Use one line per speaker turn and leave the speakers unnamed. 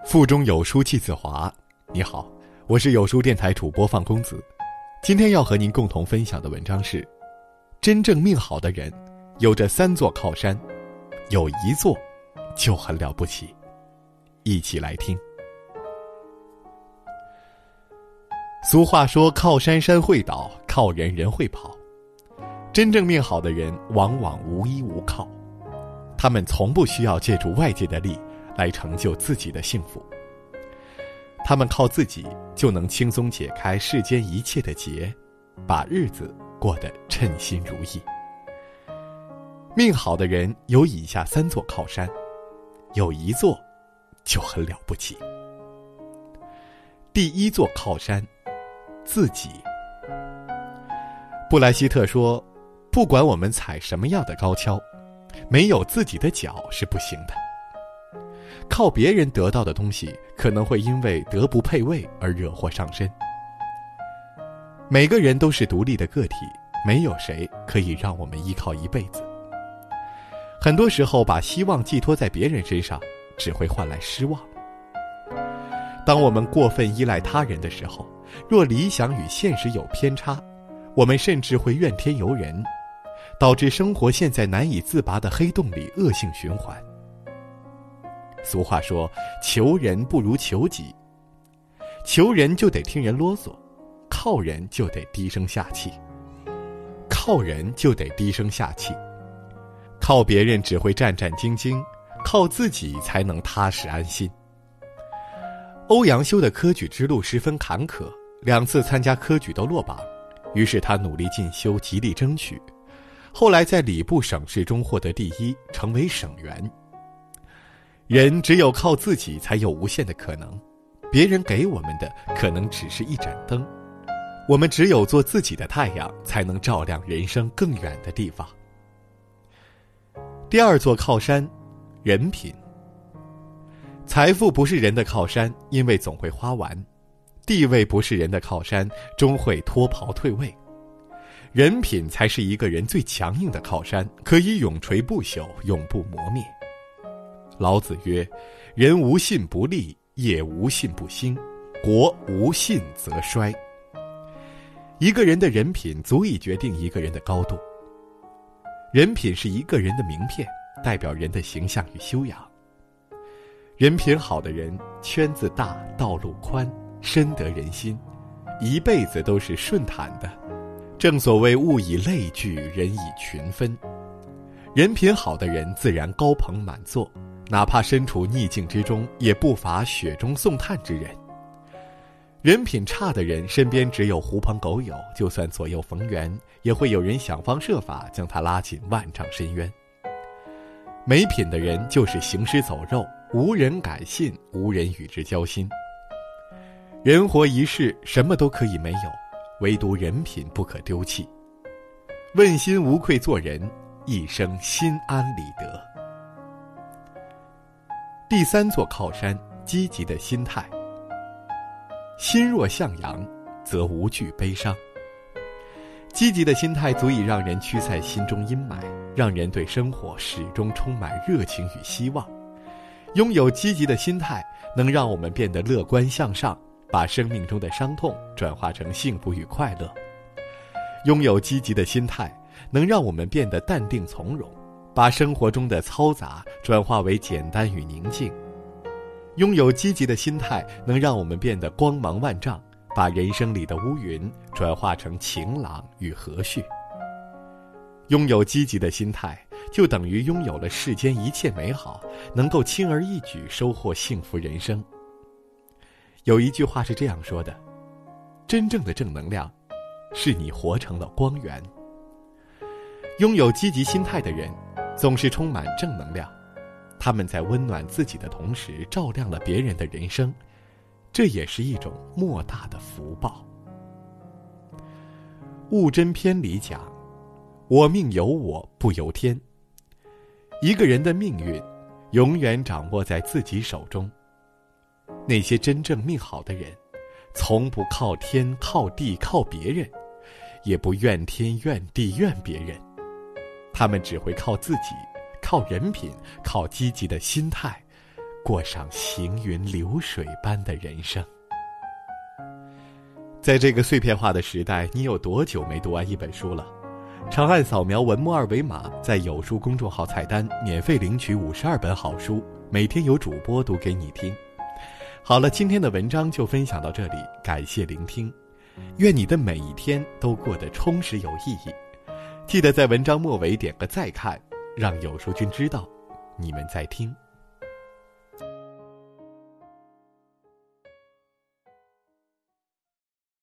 腹中有书气自华。你好，我是有书电台主播放公子。今天要和您共同分享的文章是：真正命好的人有着3座靠山，有一座就很了不起。一起来听。俗话说，靠山山会倒，靠人人会跑。真正命好的人往往无依无靠，他们从不需要借助外界的力来成就自己的幸福，他们靠自己就能轻松解开世间一切的结，把日子过得称心如意。命好的人有以下3座靠山，有一座就很了不起。第一座靠山，自己。布莱希特说，不管我们踩什么样的高跷，没有自己的脚是不行的。靠别人得到的东西，可能会因为德不配位而惹祸上身。每个人都是独立的个体，没有谁可以让我们依靠一辈子。很多时候，把希望寄托在别人身上，只会换来失望。当我们过分依赖他人的时候，若理想与现实有偏差，我们甚至会怨天尤人，导致生活陷在难以自拔的黑洞里，恶性循环。俗话说，求人不如求己。求人就得听人啰嗦，靠人就得低声下气。靠人就得低声下气，靠别人只会战战兢兢，靠自己才能踏实安心。欧阳修的科举之路十分坎坷，2次参加科举都落榜，于是他努力进修，极力争取，后来在礼部省试中获得第1，成为省员。人只有靠自己才有无限的可能，别人给我们的可能只是一盏灯，我们只有做自己的太阳，才能照亮人生更远的地方。第2座靠山，人品。财富不是人的靠山，因为总会花完；地位不是人的靠山，终会脱袍退位。人品才是一个人最强硬的靠山，可以永垂不朽，永不磨灭。老子曰，人无信不立，业无信不兴，国无信则衰。一个人的人品足以决定一个人的高度。人品是一个人的名片，代表人的形象与修养。人品好的人，圈子大，道路宽，深得人心，一辈子都是顺坦的。正所谓物以类聚，人以群分。人品好的人自然高朋满座，哪怕身处逆境之中，也不乏雪中送炭之人。人品差的人身边只有狐朋狗友，就算左右逢源，也会有人想方设法将他拉进万丈深渊。没品的人就是行尸走肉，无人敢信，无人与之交心。人活一世，什么都可以没有，唯独人品不可丢弃。问心无愧做人，一生心安理得。第3座靠山，积极的心态。心若向阳，则无惧悲伤。积极的心态足以让人驱散心中阴霾，让人对生活始终充满热情与希望。拥有积极的心态，能让我们变得乐观向上，把生命中的伤痛转化成幸福与快乐。拥有积极的心态，能让我们变得淡定从容，把生活中的嘈杂转化为简单与宁静。拥有积极的心态，能让我们变得光芒万丈，把人生里的乌云转化成晴朗与和煦。拥有积极的心态，就等于拥有了世间一切美好，能够轻而易举收获幸福人生。有一句话是这样说的，真正的正能量，是你活成了光源。拥有积极心态的人，总是充满正能量，他们在温暖自己的同时，照亮了别人的人生，这也是一种莫大的福报。悟真篇里讲，我命由我不由天。一个人的命运永远掌握在自己手中。那些真正命好的人，从不靠天靠地靠别人，也不怨天怨地怨别人，他们只会靠自己，靠人品，靠积极的心态， 过上行云流水般的人生。在这个碎片化的时代，你有多久没读完一本书了？长按扫描文末二维码，在有书公众号菜单免费领取52本好书，每天有主播读给你听。好了，今天的文章就分享到这里，感谢聆听。愿你的每一天都过得充实有意义。记得在文章末尾点个再看，让有书君知道你们在听。